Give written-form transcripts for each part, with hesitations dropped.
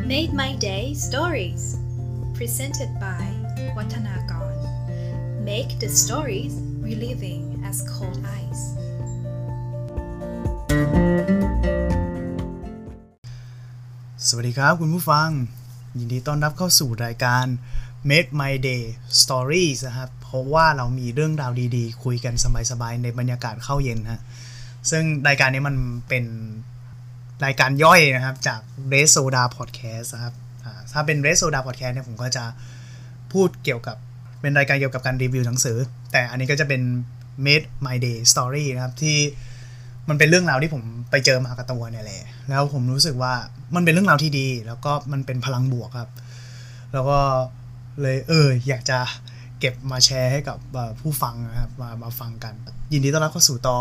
Made My Day Stories Presented by วัฒนากร Make the stories reliving as cold ice สวัสดีครับคุณผู้ฟังยินดีต้อนรับเข้าสู่รายการ Made My Day Stories นะครับเพราะว่าเรามีเรื่องราวดีๆคุยกันสบายๆในบรรยากาศเข้าเย็นฮะซึ่งรายการนี้มันเป็นรายการย่อยนะครับจาก Red Soda Podcast นะครับถ้าเป็น Red Soda Podcast เนี่ยผมก็จะพูดเกี่ยวกับเป็นรายการเกี่ยวกับการรีวิวหนังสือแต่อันนี้ก็จะเป็น Made My Day Story นะครับที่มันเป็นเรื่องราวที่ผมไปเจอมากับตัวเนี่ยแหละแล้วผมรู้สึกว่ามันเป็นเรื่องราวที่ดีแล้วก็มันเป็นพลังบวกครับแล้วก็เลยอยากจะเก็บมาแชร์ให้กับผู้ฟังนะครับมาฟังกันยินดีต้อนรับเข้าสู่ตอน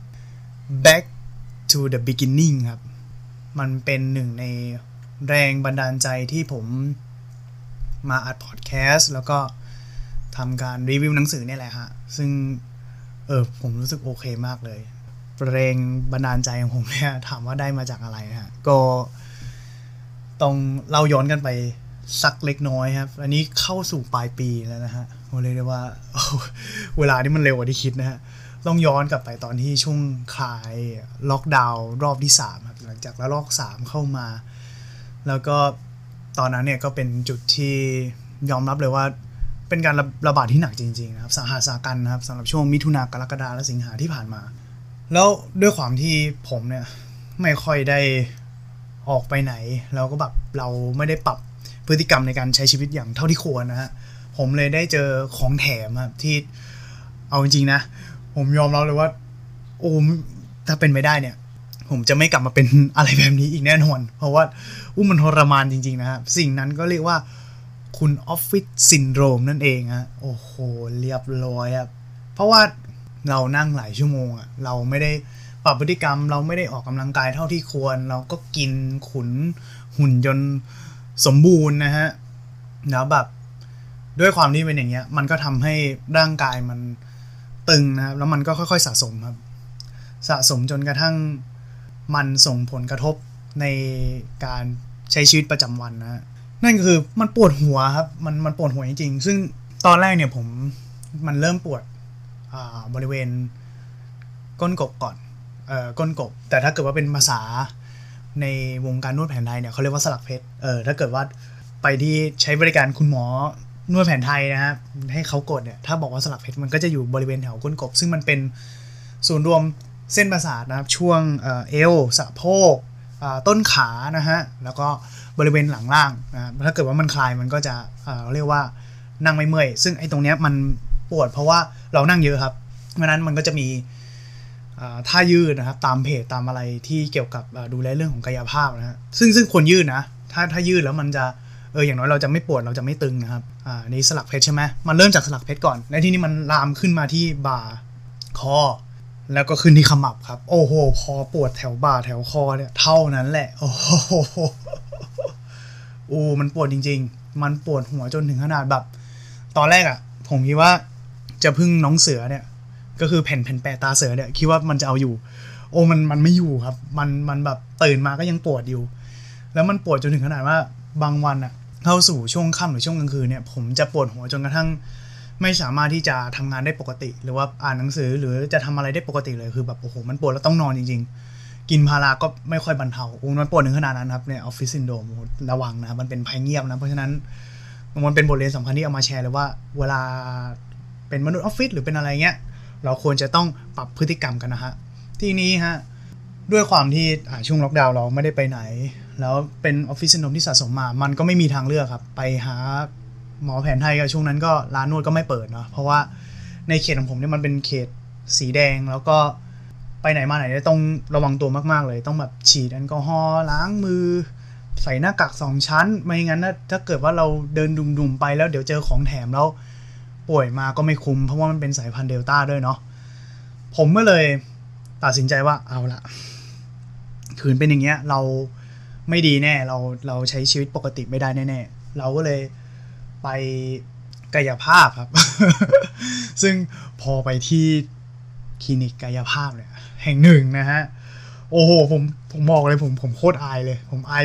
Back to the Beginning ครับมันเป็นหนึ่งในแรงบันดาลใจที่ผมมาอัดพอดแคสต์แล้วก็ทำการรีวิวหนังสือเนี่ยแหละฮะซึ่งผมรู้สึกโอเคมากเลยแรงบันดาลใจของผมเนี่ยถามว่าได้มาจากอะไรฮะก็ต้องเล่าย้อนกันไปสักเล็กน้อยครับอันนี้เข้าสู่ปลายปีแล้วนะฮะผมเลยได้ว่าเวลานี่มันเร็วกว่าที่คิดนะฮะต้องย้อนกลับไปตอนที่ช่วงคลายล็อกดาวน์รอบที่3ครับหลังจากระลอก3เข้ามาแล้วก็ตอนนั้นเนี่ยก็เป็นจุดที่ยอมรับเลยว่าเป็นการระบาดที่หนักจริงๆนะครับสาหัสสากันนะครับสำหรับช่วงมิถุนากรกฎาและสิงหาที่ผ่านมาแล้วด้วยความที่ผมเนี่ยไม่ค่อยได้ออกไปไหนแล้วก็แบบเราไม่ได้ปรับพฤติกรรมในการใช้ชีวิตอย่างเท่าที่ควรนะฮะผมเลยได้เจอของแถมครับที่เอาจริงๆนะผมยอมรับเลยว่าถ้าเป็นไม่ได้เนี่ยผมจะไม่กลับมาเป็นอะไรแบบนี้อีกแน่นอนเพราะว่ามันทรมานจริงๆนะครับสิ่งนั้นก็เรียกว่าคุณออฟฟิศซินโดรมนั่นเองฮะโอ้โหเรียบร้อยครับเพราะว่าเรานั่งหลายชั่วโมงอะเราไม่ได้ปรับพฤติกรรมเราไม่ได้ออกกำลังกายเท่าที่ควรเราก็กินขุนหุ่นจนสมบูรณ์นะฮะแล้วแบบด้วยความที่เป็นอย่างเงี้ยมันก็ทำให้ร่างกายมันตึงนะครับแล้วมันก็ค่อยๆสะสมครับสะสมจนกระทั่งมันส่งผลกระทบในการใช้ชีวิตประจำวันนะฮะนั่นก็คือมันปวดหัวครับมันปวดหัวจริงๆซึ่งตอนแรกเนี่ยมันเริ่มปวดบริเวณก้นกบก่อนก้นกบแต่ถ้าเกิดว่าเป็นภาษาในวงการนวดแผนไทยเนี่ยเขาเรียกว่าสลักเพชรถ้าเกิดว่าไปที่ใช้บริการคุณหมอนวดแผนไทยนะฮะให้เขากดเนี่ยถ้าบอกว่าสลักเพชรมันก็จะอยู่บริเวณแถวก้นกบซึ่งมันเป็นศูนย์รวมเส้นประสาทนะครับช่วงเอวสะโพกต้นขานะฮะแล้วก็บริเวณหลังล่างนะถ้าเกิดว่ามันคลายมันก็จะเรียกว่านั่งไม่เมื่อยซึ่งไอ้ตรงเนี้ยมันปวดเพราะว่าเรานั่งเยอะครับเพราะนั้นมันก็จะมีท่ายืดนะครับตามเพจตามอะไรที่เกี่ยวกับดูแลเรื่องของกายภาพนะฮะซึ่งควรยืดนะถ้ายืดแล้วมันจะอย่างน้อยเราจะไม่ปวดเราจะไม่ตึงนะครับนี่สลักเพชรใช่ไหมมันเริ่มจากสลักเพชรก่อนและที่นี่มันลามขึ้นมาที่บ่าคอแล้วก็ขึ้นที่ขมับครับโอ้โหพอปวดแถวบ่าแถวคอเนี่ยเท่านั้นแหละโอ้โหมันปวดจริงๆมันปวดหัวจนถึงขนาดแบบตอนแรกผมคิดว่าจะพึ่งน้องเสือเนี่ยก็คือแผ่นแปะตาเสือเนี่ยคิดว่ามันจะเอาอยู่มันไม่อยู่ครับมันแบบตื่นมาก็ยังปวดอยู่แล้วมันปวดจนถึงขนาดว่าบางวันเข้าสู่ช่วงค่ำหรือช่วงกลางคืนเนี่ยผมจะปวดหัวจนกระทั่งไม่สามารถที่จะทำงานได้ปกติหรือว่าอ่านหนังสือหรือจะทำอะไรได้ปกติเลยคือแบบมันปวดแล้วต้องนอนจริงๆกินพาราก็ไม่ค่อยบรรเทามันปวดถึงขนาดนั้นครับเนี่ยออฟฟิศซินโดรมระวังนะมันเป็นภัยเงียบนะเพราะฉะนั้นมันเป็นบทเรียนสำคัญที่เอามาแชร์เลยว่าเวลาเป็นมนุษย์ออฟฟิศหรือเป็นอะไรเงี้ยเราควรจะต้องปรับพฤติกรรมกันนะฮะทีนี้ฮะด้วยความที่ช่วงล็อกดาวน์เราไม่ได้ไปไหนแล้วเป็นออฟฟิศซินโดรมที่สะสมมามันก็ไม่มีทางเลือกครับไปหาหมอแผนไทยกับช่วงนั้นก็ร้านนวดก็ไม่เปิดเนาะเพราะว่าในเขตของผมเนี่ยมันเป็นเขตสีแดงแล้วก็ไปไหนมาไหนต้องระวังตัวมากๆเลยต้องแบบฉีดแอลกอฮอล์ล้างมือใส่หน้ากาก2ชั้นไม่งั้นนะถ้าเกิดว่าเราเดินดุ่มๆไปแล้วเดี๋ยวเจอของแถมแล้วป่วยมาก็ไม่คุ้มเพราะว่ามันเป็นสายพันธุ์เดลต้าด้วยเนาะผมก็เลยตัดสินใจว่าเอาละขืนเป็นอย่างเงี้ยเราไม่ดีแน่เราใช้ชีวิตปกติไม่ได้แน่ๆเราก็เลยไปกายภาพครับ ซึ่งพอไปที่คลินิกกายภาพเนี่ยแห่งหนึ่งนะฮะโอ้โหผมบอกเลยผมโคตรอายเลยผมอายแบบ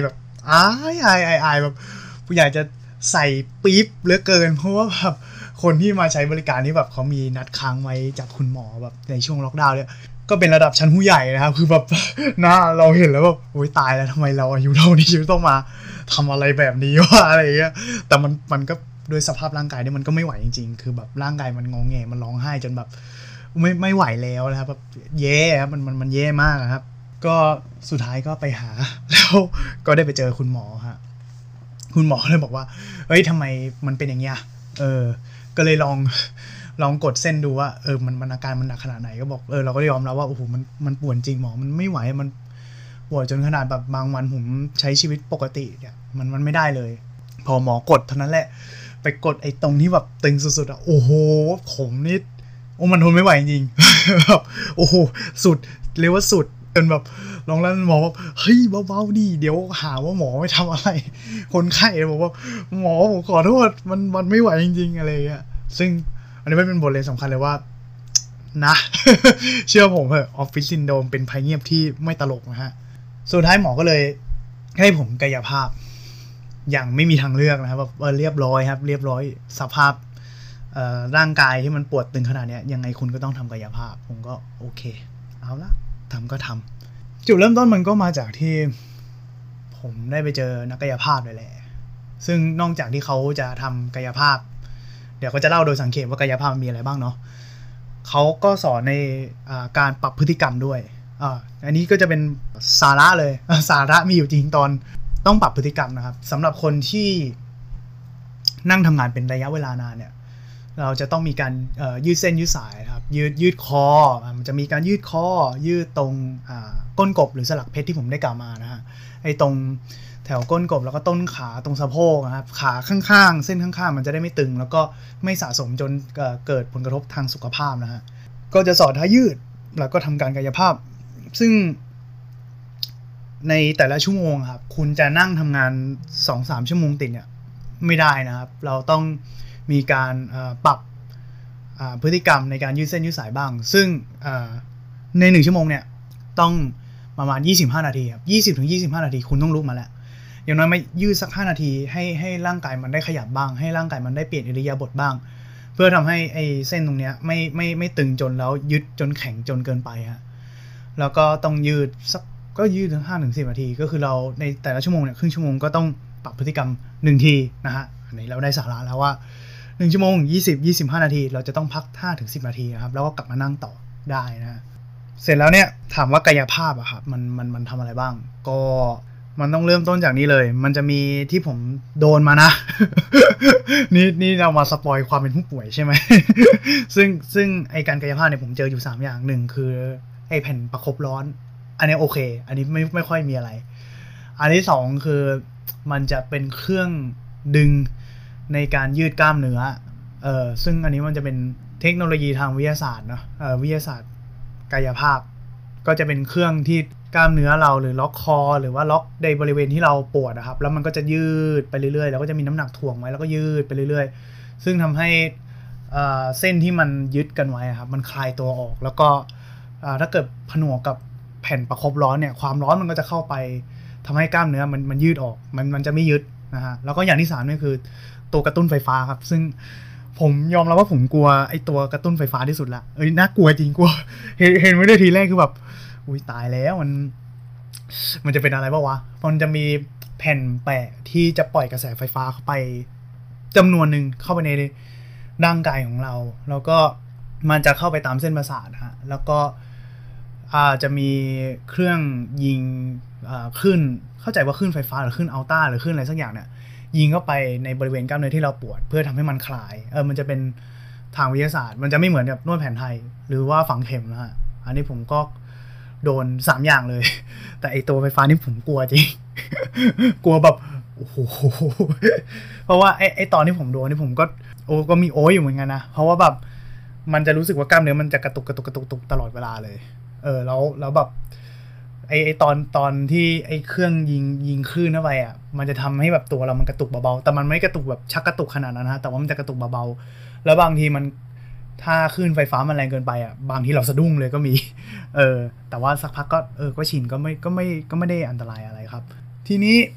อายแบบอยากจะใส่ปี๊บเหลือเกินเพราะว่าแบบคนที่มาใช้บริการนี่แบบเขามีนัดค้างไว้จากคุณหมอแบบในช่วงล็อกดาวน์เนี่ยก็เป็นระดับชั้นผู้ใหญ่นะครับคือแบบน่าเราเห็นแล้วแบบโอ๊ยตายแล้วทำไมเราอายุเท่านี้ต้องมาทำอะไรแบบนี้วะอะไรเงี้ยแต่มันก็โดยสภาพร่างกายเนี่ยมันก็ไม่ไหวจริงๆคือแบบร่างกายมันงอแงมันร้องไห้จนแบบไม่ไหวแล้วนะครับแบบแย่ครับมันแย่มากครับก็สุดท้ายก็ไปหาแล้วก็ได้ไปเจอคุณหมอฮะคุณหมอเลยบอกว่าเฮ้ยทำไมมันเป็นอย่างเงี้ยก็เลยลองกดเส้นดูว่ามันอาการมันหนักขนาดไหนก็บอกเราก็ยอมรับว่าโอ้โหมันปวดจริงหมอมันไม่ไหวมันปวดจนขนาดแบบบางวันผมใช้ชีวิตปกติเนี่ยมันไม่ได้เลยพอหมอกดเท่านั้นแหละไปกดไอ้ตรงที่แบบตึงสุดๆอ่ะโอ้โหผมนี่มันทนไม่ไหวจริงแบบโอ้โหสุดเรียกว่าสุดจนแบบลองแล้วหมอบอกเฮ้ยเบาๆดิเดี๋ยวหาว่าหมอไม่ทำอะไรคนไข้บอกว่าหมอผมขอโทษมันไม่ไหวจริงๆอะไรเงี้ยซึ่งอันนี้เป็นบทเรียนสำคัญเลยว่านะ เชื่อผมเถอะออฟฟิศซินโดรมเป็นภัยเงียบที่ไม่ตลกนะฮะสุดท้ายหมอก็เลยให้ผมกายภาพอย่างไม่มีทางเลือกนะครับเรียบร้อยครับเรียบร้อยสภาพร่างกายที่มันปวดตึงขนาดนี้ยังไงคุณก็ต้องทำกายภาพผมก็โอเคเอาละทำก็ทำจุดเริ่มต้นมันก็มาจากที่ผมได้ไปเจอนักกายภาพเลยแหละซึ่งนอกจากที่เขาจะทำกายภาพเดี๋ยวก็จะเล่าโดยสังเกตว่ากายภาพมีอะไรบ้างเนาะเขาก็สอนในการปรับพฤติกรรมด้วยอันนี้ก็จะเป็นสาระเลยสาระมีอยู่จริงตอนต้องปรับพฤติกรรมนะครับสำหรับคนที่นั่งทำงานเป็นระยะเวลานานเนี่ยเราจะต้องมีการยืดเส้นยืดสายครับยืดคอมันจะมีการยืดคอยืดตรงก้นกบหรือสลักเพชรที่ผมได้กล่าวมานะฮะไอ้ตรงแถวก้นกบแล้วก็ต้นขาตรงสะโพกนะครับขาข้างๆเส้นข้างๆมันจะได้ไม่ตึงแล้วก็ไม่สะสมจนเกิดผลกระทบทางสุขภาพนะฮะก็จะสอนท่ายืดแล้วก็ทำการกายภาพซึ่งในแต่ละชั่วโมงครับคุณจะนั่งทำงาน 2-3 ชั่วโมงติดเนี่ยไม่ได้นะครับเราต้องมีการปรับพฤติกรรมในการยืดเส้นยืดสายบ้างซึ่งใน1ชั่วโมงเนี่ยต้องประมาณ25นาทีครับ 20-25 นาทีคุณต้องลุกมาแล้วอย่างน้อยไม่ยืดสัก5นาทีให้ร่างกายมันได้ขยับบ้างให้ร่างกายมันได้เปลี่ยนอิริยาบถบ้างเพื่อทำให้ไอ้เส้นตรงเนี้ยไม่ตึงจนแล้วยึดจนแข็งจนเกินไปฮะแล้วก็ต้องยืดสักก็ยืดถึง 5-10 นาทีก็คือเราในแต่ละชั่วโมงเนี่ยครึ่งชั่วโมงก็ต้องปรับพฤติกรรม1ทีนะฮะอันนี้เราได้สาระแล้วว่า1ชั่วโมง20-25 นาทีเราจะต้องพัก 5-10 นาทีนะครับแล้วก็กลับมานั่งต่อได้นะเสร็จแล้วเนี่ยถามว่ากายภาพอะครับมันทำอะไรบ้างก็มันต้องเริ่มต้นจากนี้เลยมันจะมีที่ผมโดนมานะ นี่เรามาสปอยความเป็นผู้ป่วยใช่ไหม ซึ่งไอการกายภาพเนี่ยผมเจออยู่3อย่างหนึ่งคือไอแผ่นประคบร้อนอันนี้โอเคอันนี้ไม่ค่อยมีอะไรอันที่2คือมันจะเป็นเครื่องดึงในการยืดกล้ามเนื้อซึ่งอันนี้มันจะเป็นเทคโนโลยีทางวิทยาศาสตร์เนาะวิทยาศาสตร์กายภาพก็จะเป็นเครื่องที่กล้ามเนื้อเราหรือล็อกคอหรือว่าล็อกในบริเวณที่เราปวดนะครับแล้วมันก็จะยืดไปเรื่อยๆแล้วก็จะมีน้ำหนักถ่วงไว้แล้วก็ยืดไปเรื่อยๆซึ่งทำให้เส้นที่มันยึดกันไว้ครับมันคลายตัวออกแล้วก็ถ้าเกิดผนวกกับแผ่นประคบร้อนเนี่ยความร้อนมันก็จะเข้าไปทำให้กล้ามเนื้อมันยืดออกมันจะไม่ยึดนะฮะแล้วก็อย่างที่3นี่คือตัวกระตุ้นไฟฟ้าครับซึ่งผมยอมรับว่าผมกลัวไอ้ตัวกระตุ้นไฟฟ้าที่สุดละน่ากลัวจริงกลัวเห็นไว้ได้ทีแรกคือแบบอุ้ยตายแล้วมันจะเป็นอะไรบ้างวะมันจะมีแผ่นแปะที่จะปล่อยกระแสไฟฟ้าเข้าไปจำนวนหนึ่งเข้าไปในร่างกายของเราแล้วก็มันจะเข้าไปตามเส้นประสาทฮะแล้วก็จะมีเครื่องยิงคลื่นเข้าใจว่าคลื่นไฟฟ้าหรือคลื่นอัลตราหรือคลื่นอะไรสักอย่างเนี่ยยิงเข้าไปในบริเวณกล้ามเนื้อที่เราปวดเพื่อทำให้มันคลายมันจะเป็นทางวิทยาศาสตร์มันจะไม่เหมือนกับนวดแผนไทยหรือว่าฝังเข็มนะฮะอันนี้ผมก็โดน3อย่างเลยแต่ไอตัวไฟฟ้านี่ผมกลัวจริง กลัวแบบโอ้โหเพราะว่าไอตอนที่ผมโดนนี่ผมก็มีโอ้ยอยู่เหมือนกันนะเพราะว่าแบบมันจะรู้สึกว่ากล้ามเนื้อมันจะกระตุกตลอดเวลาเลยแล้วแบบไอตอนที่ไอเครื่องยิงคลื่นเข้าไปอ่ะมันจะทำให้แบบตัวเรามันกระตุกเบาๆแต่มันไม่กระตุกแบบชักกระตุกขนาดนั้นนะแต่ว่ามันจะกระตุกเบาๆแล้วบางทีมันถ้าคลื่นไฟฟ้ามันแรงเกินไปอ่ะบางทีเราสะดุ้งเลยก็มีแต่ว่าสักพักก็ชินก็ไม่ได้อันตรายอะไรครับทีนี้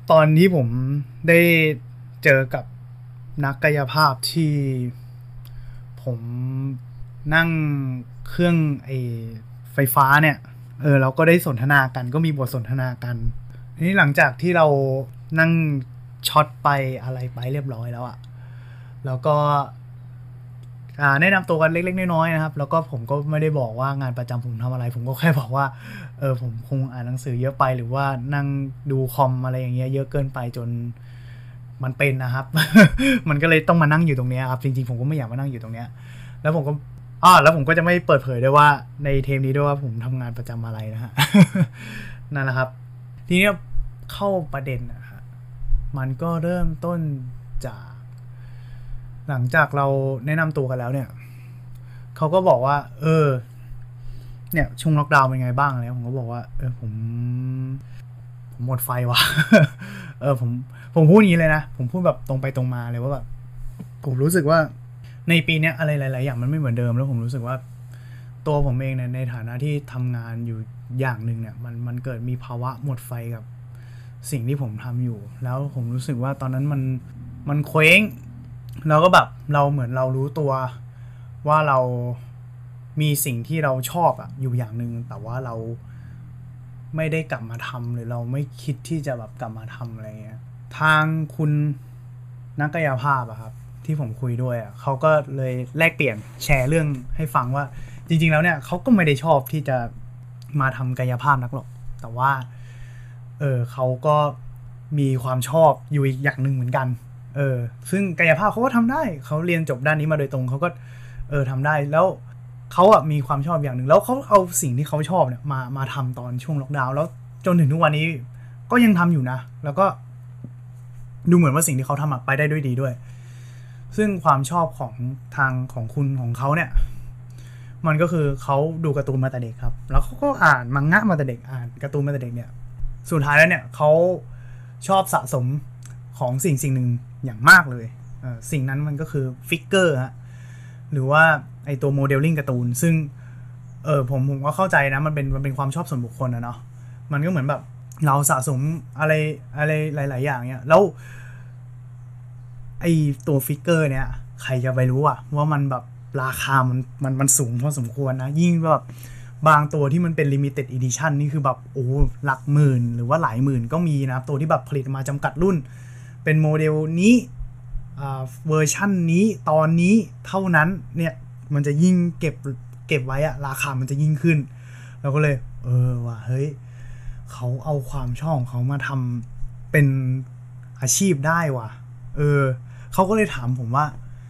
ตอนที่ผมได้เจอกับนักกายภาพที่ผมนั่งเครื่องไฟฟ้าเนี่ยเราก็ได้สนทนากันก็มีบทสนทนากันทีนี้หลังจากที่เรานั่งช็อตไปอะไรไปเรียบร้อยแล้วอะแล้วก็แนะนำตัวกันเล็กๆน้อยๆนะครับแล้วก็ผมก็ไม่ได้บอกว่างานประจำผมทำอะไรผมก็แค่บอกว่าผมคงอ่านหนังสือเยอะไปหรือว่านั่งดูคอมอะไรอย่างเงี้ยเยอะเกินไปจนมันเป็นนะครับ มันก็เลยต้องมานั่งอยู่ตรงนี้ครับจริงๆผมก็ไม่อยากมานั่งอยู่ตรงเนี้ยแล้วผมก็จะไม่เปิดเผยด้วยว่าในเทปนี้ด้วยว่าผมทำงานประจำอะไรนะฮะ นั่นแหละครับทีนี้เข้าประเด็นนะฮะมันก็เริ่มต้นจากหลังจากเราแนะนำตัวกันแล้วเนี่ยเขาก็บอกว่าเนี่ยช่วงล็อกดาวน์เป็นไงบ้างแล้วผมก็บอกว่าผมหมดไฟว่ะ ผมพูดอย่างนี้เลยนะผมพูดแบบตรงไปตรงมาเลยว่าแบบผมรู้สึกว่าในปีนี้อะไรหลายๆอย่างมันไม่เหมือนเดิมแล้วผมรู้สึกว่าตัวผมเองในฐานะที่ทำงานอยู่อย่างหนึ่งเนี่ยมันเกิดมีภาวะหมดไฟกับสิ่งที่ผมทำอยู่แล้วผมรู้สึกว่าตอนนั้นมันเคว้งแล้วก็แบบเราเหมือนเรารู้ตัวว่าเรามีสิ่งที่เราชอบอะอยู่อย่างนึงแต่ว่าเราไม่ได้กลับมาทำหรือเราไม่คิดที่จะแบบกลับมาทำอะไรเงี้ยทางคุณนักกายภาพอะครับที่ผมคุยด้วยอะเขาก็เลยแลกเปลี่ยนแชร์เรื่องให้ฟังว่าจริงๆแล้วเนี่ยเขาก็ไม่ได้ชอบที่จะมาทำกายภาพนักหรอกแต่ว่าเขาก็มีความชอบอยู่อีกอย่างนึงเหมือนกันซึ่งกายภาพเขาก็ทำได้เขาเรียนจบด้านนี้มาโดยตรงเขาก็ทำได้แล้วเขาอะมีความชอบอย่างหนึ่งแล้วเขาเอาสิ่งที่เขาชอบเนี่ยมาทำตอนช่วงล็อกดาวน์แล้วจนถึงทุกวันนี้ก็ยังทำอยู่นะแล้วก็ดูเหมือนว่าสิ่งที่เขาทำไปได้ด้วยดีด้วยซึ่งความชอบของทางของคุณของเขาเนี่ยมันก็คือเขาดูการ์ตูนมาแต่เด็กครับแล้วเขาก็อ่านมังงะมาแต่เด็กอ่านการ์ตูนมาแต่เด็กเนี่ยสุดท้ายแล้วเนี่ยเขาชอบสะสมของสิ่งหนึ่งอย่างมากเลยสิ่งนั้นมันก็คือฟิกเกอร์ฮะหรือว่าไอตัวโมเดลลิ่งการ์ตูนซึ่งผมก็เข้าใจนะมันเป็นความชอบส่วนบุคคลนะเนาะมันก็เหมือนแบบเราสะสมอะไรหลายๆอย่างเนี่ยแล้วไอตัวฟิกเกอร์เนี่ยใครจะไปรู้อะว่ามันแบบราคามันสูงพอสมควรนะยิ่งแบบบางตัวที่มันเป็น limited edition นี่คือแบบโอ้หลักหมื่นหรือว่าหลายหมื่นก็มีนะตัวที่แบบผลิตมาจำกัดรุ่นเป็นโมเดลนี้เวอร์ชั่นนี้ตอนนี้เท่านั้นเนี่ยมันจะยิ่งเก็บไว้อะราคามันจะยิ่งขึ้นเราก็เลยว่ะเฮ้ยเขาเอาความชอบของเขามาทำเป็นอาชีพได้ว่ะเขาก็เลยถามผมว่า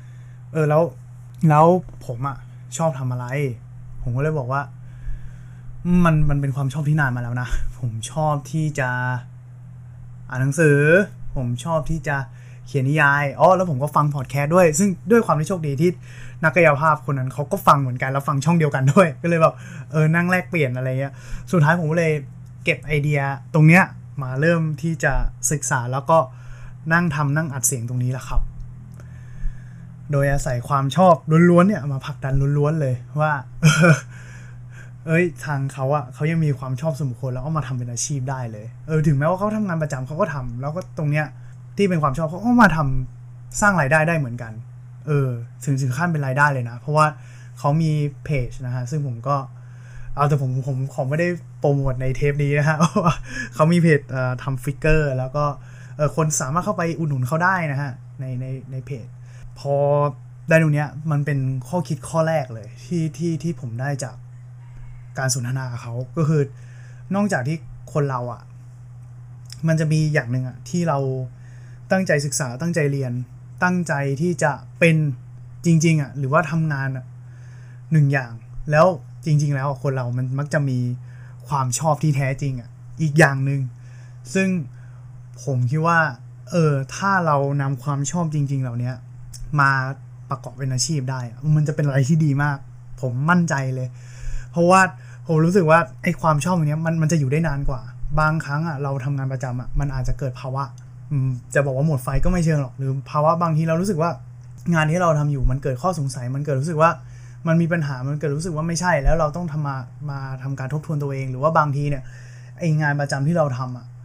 แล้วผมอะชอบทำอะไรผมก็เลยบอกว่ามันเป็นความชอบที่นานมาแล้วนะผมชอบที่จะอ่านหนังสือผมชอบที่จะเขียนนิยายแล้วผมก็ฟังพอดแคสต์ด้วยซึ่งด้วยความที่โชคดีที่นักกายภาพคนนั้นเขาก็ฟังเหมือนกันแล้วฟังช่องเดียวกันด้วยก็เลยแบบนั่งแลกเปลี่ยนอะไรเงี้ยสุดท้ายผมก็เลยเก็บไอเดียตรงเนี้ยมาเริ่มที่จะศึกษาแล้วก็นั่งอัดเสียงตรงนี้แหละครับโดยอาศัยความชอบล้วนๆเนี่ยมาผลักดันล้วนๆเลยว่าทางเขาอะเขายังมีความชอบส่วนบุคคลแล้วเอามาทำเป็นอาชีพได้เลยถึงแม้ว่าเขาทำงานประจำเขาก็ทำแล้วก็ตรงเนี้ยที่เป็นความชอบเขาก็มาทำสร้างรายได้ได้เหมือนกันถึงขั้นเป็นรายได้เลยนะเพราะว่าเขามีเพจนะฮะซึ่งผมก็แต่ผมขอไม่ได้โปรโมทในเทปนี้นะฮะเขามีเพจทำฟิกเกอร์แล้วก็คนสามารถเข้าไปอุดหนุนเขาได้นะฮะในเพจพอได้ตรงเนี้ยมันเป็นข้อคิดข้อแรกเลยที่ผมได้จากการสนทนากับเขาก็คือนอกจากที่คนเราอ่ะมันจะมีอย่างหนึ่งอ่ะที่เราตั้งใจศึกษาตั้งใจเรียนตั้งใจที่จะเป็นจริงๆอ่ะหรือว่าทำงานอ่ะหนึ่งอย่างแล้วจริงๆแล้วคนเรามันมักจะมีความชอบที่แท้จริงอ่ะอีกอย่างนึงซึ่งผมคิดว่าถ้าเรานำความชอบจริงๆเหล่านี้มาประกอบเป็นอาชีพได้มันจะเป็นอะไรที่ดีมากผมมั่นใจเลยเพราะว่าผมรู้สึกว่าไอ้ความชอบตรงนี้มันจะอยู่ได้นานกว่าบางครั้งอ่ะเราทำงานประจำอ่ะมันอาจจะเกิดภาวะจะบอกว่าหมดไฟก็ไม่เชิงหรอกหรือภาวะบางทีเรารู้สึกว่างานที่เราทำอยู่มันเกิดข้อสงสัยมันเกิดรู้สึกว่ามันมีปัญหามันเกิดรู้สึกว่าไม่ใช่แล้วเราต้องมาทำการทบทวนตัวเองหรือว่าบางทีเนี่ยไอ้งานประจำที่เราทำอ่ะ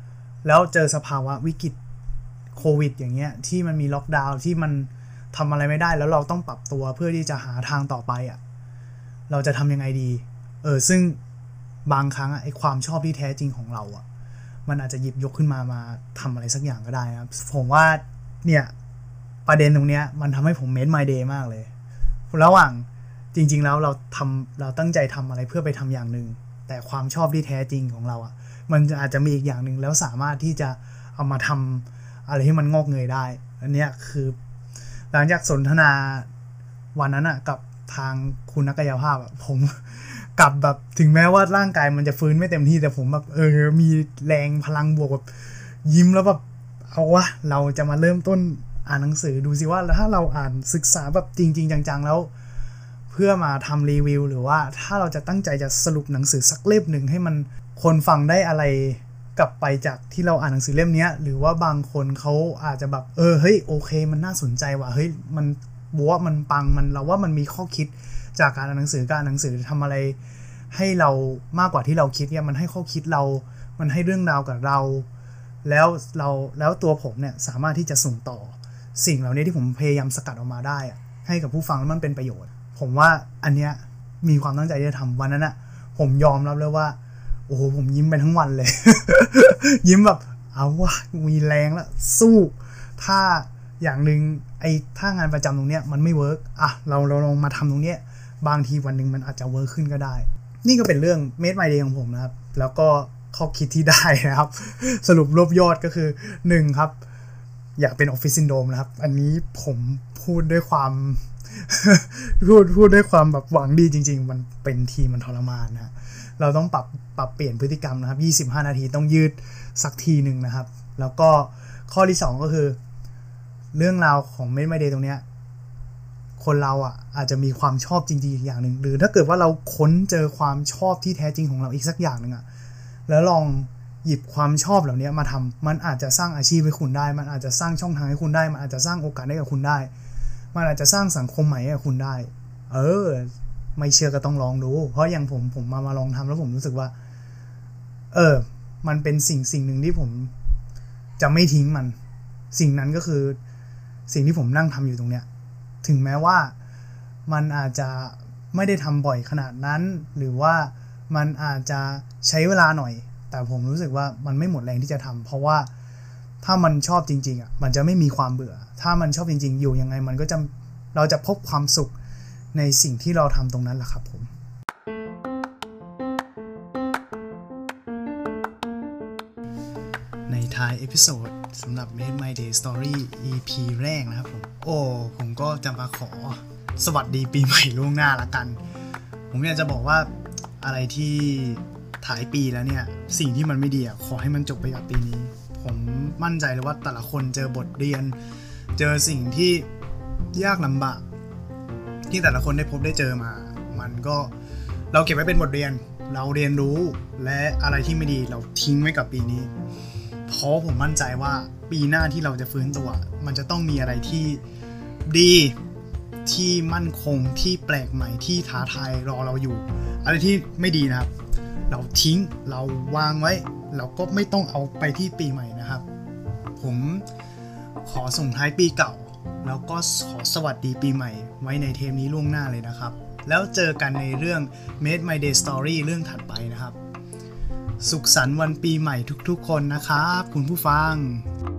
แล้วเจอสภาวะวิกฤตโควิดอย่างเงี้ยที่มันมีล็อกดาวน์ที่มันทำอะไรไม่ได้แล้วเราต้องปรับตัวเพื่อที่จะหาทางต่อไปอ่ะเราจะทำยังไงดีซึ่งบางครั้งไอ้ความชอบที่แท้จริงของเราอ่ะมันอาจจะหยิบยกขึ้นมาทำอะไรสักอย่างก็ได้ครับผมว่าเนี่ยประเด็นตรงเนี้ยมันทำให้ผมเมคmy dayมากเลยระหว่างจริงๆแล้วเราตั้งใจทำอะไรเพื่อไปทำอย่างหนึ่งแต่ความชอบที่แท้จริงของเราอ่ะมันอาจจะมีอีกอย่างหนึ่งแล้วสามารถที่จะเอามาทำอะไรที่มันงอกเงยได้อันเนี้ยคือหลังจากสนทนาวันนั้นอ่ะกับทางคุณนักกายภาพอ่ะผมกลับแบบถึงแม้ว่าร่างกายมันจะฟื้นไม่เต็มที่แต่ผมแบบมีแรงพลังบวกแบบยิ้มแล้วแบบเอาวะเราจะมาเริ่มต้นอ่านหนังสือดูสิว่าถ้าเราอ่านศึกษาแบบจริงๆจังๆแล้วเพื่อมาทำรีวิวหรือว่าถ้าเราจะตั้งใจจะสรุปหนังสือสักเล่มหนึ่งให้มันคนฟังได้อะไรกลับไปจากที่เราอ่านหนังสือเล่มนี้หรือว่าบางคนเขาอาจจะแบบเฮ้ยโอเคมันน่าสนใจว่ะเฮ้ยมันบอกว่ามันปังมันเราว่ามันมีข้อคิดจากการอ่านหนังสือการอ่านหนังสือทำอะไรให้เรามากกว่าที่เราคิดเนี่ยมันให้ข้อคิดเรามันให้เรื่องราวกับเราแล้วตัวผมเนี่ยสามารถที่จะส่งต่อสิ่งเหล่านี้ที่ผมพยายามสกัดออกมาได้ให้กับผู้ฟังแล้วมันเป็นประโยชน์ผมว่าอันเนี้ยมีความตั้งใจที่จะทำวันนั้นอะผมยอมรับเลยว่าโอ้โหผมยิ้มไปทั้งวันเลย ยิ้มแบบเอาวะมีแรงแล้วสู้ถ้าอย่างนึงถ้างานประจำตรงเนี้ยมันไม่เวิร์กเราลองมาทำตรงเนี้ยบางทีวันนึงมันอาจจะเวิร์กขึ้นก็ได้นี่ก็เป็นเรื่อง Made My Day ของผมนะครับแล้วก็ข้อคิดที่ได้นะครับสรุปรวบยอดก็คือ1ครับอยากเป็นออฟฟิศซินโดรมนะครับอันนี้ผมพูดด้วยความ พูดด้วยความแบบหวังดีจริงๆมันเป็นทีมันทรมานนะเราต้องปรับเปลี่ยนพฤติกรรมนะครับ25นาทีต้องยืดสักทีนึงนะครับแล้วก็ข้อที่2ก็คือเรื่องราวของ Made My Day ตรงเนี้ยคนเราอาจจะมีความชอบจริงๆอีกอย่างนึงหรือถ้าเกิดว่าเราค้นเจอความชอบที่แท้จริงของเราอีกสักอย่างนึงแล้วลองหยิบความชอบเหล่านี้มาทำมันอาจจะสร้างอาชีพให้คุณได้มันอาจจะสร้างช่องทางให้คุณได้มันอาจจะสร้างโอกาสให้กับคุณได้มันอาจจะสร้างสังคมใหม่ให้กับคุณได้ไม่เชื่อก็ต้องลองดูเพราะอย่างผมมาลองทำแล้วผมรู้สึกว่ามันเป็นสิ่งหนึ่งที่ผมจะไม่ทิ้งมันสิ่งนั้นก็คือสิ่งที่ผมนั่งทำอยู่ตรงเนี้ยถึงแม้ว่ามันอาจจะไม่ได้ทำบ่อยขนาดนั้นหรือว่ามันอาจจะใช้เวลาหน่อยแต่ผมรู้สึกว่ามันไม่หมดแรงที่จะทำเพราะว่าถ้ามันชอบจริงๆมันจะไม่มีความเบื่อถ้ามันชอบจริงๆอยู่ยังไงมันก็จะเราจะพบความสุขในสิ่งที่เราทำตรงนั้นแหละครับผมในท้ายเอพิโซดสำหรับ Made My Day Story EP แรกนะครับผมก็จะมาขอสวัสดีปีใหม่ล่วงหน้าละกันผมอยากจะบอกว่าอะไรที่ท้ายปีแล้วเนี่ยสิ่งที่มันไม่ดีขอให้มันจบไปกับปีนี้ผมมั่นใจเลยว่าแต่ละคนเจอบทเรียนเจอสิ่งที่ยากลำบากที่แต่ละคนได้พบได้เจอมามันก็เราเก็บไว้เป็นบทเรียนเราเรียนรู้และอะไรที่ไม่ดีเราทิ้งไว้กับปีนี้เพราะผมมั่นใจว่าปีหน้าที่เราจะฟื้นตัวมันจะต้องมีอะไรที่ดีที่มั่นคงที่แปลกใหม่ที่ท้าทายรอเราอยู่อะไรที่ไม่ดีนะครับเราทิ้งเราวางไว้เราก็ไม่ต้องเอาไปที่ปีใหม่นะครับผมขอส่งท้ายปีเก่าแล้วก็ขอสวัสดีปีใหม่ไว้ในเทปนี้ล่วงหน้าเลยนะครับแล้วเจอกันในเรื่อง Made My Day Story เรื่องถัดไปนะครับสุขสันต์วันปีใหม่ทุกๆคนนะครับคุณผู้ฟัง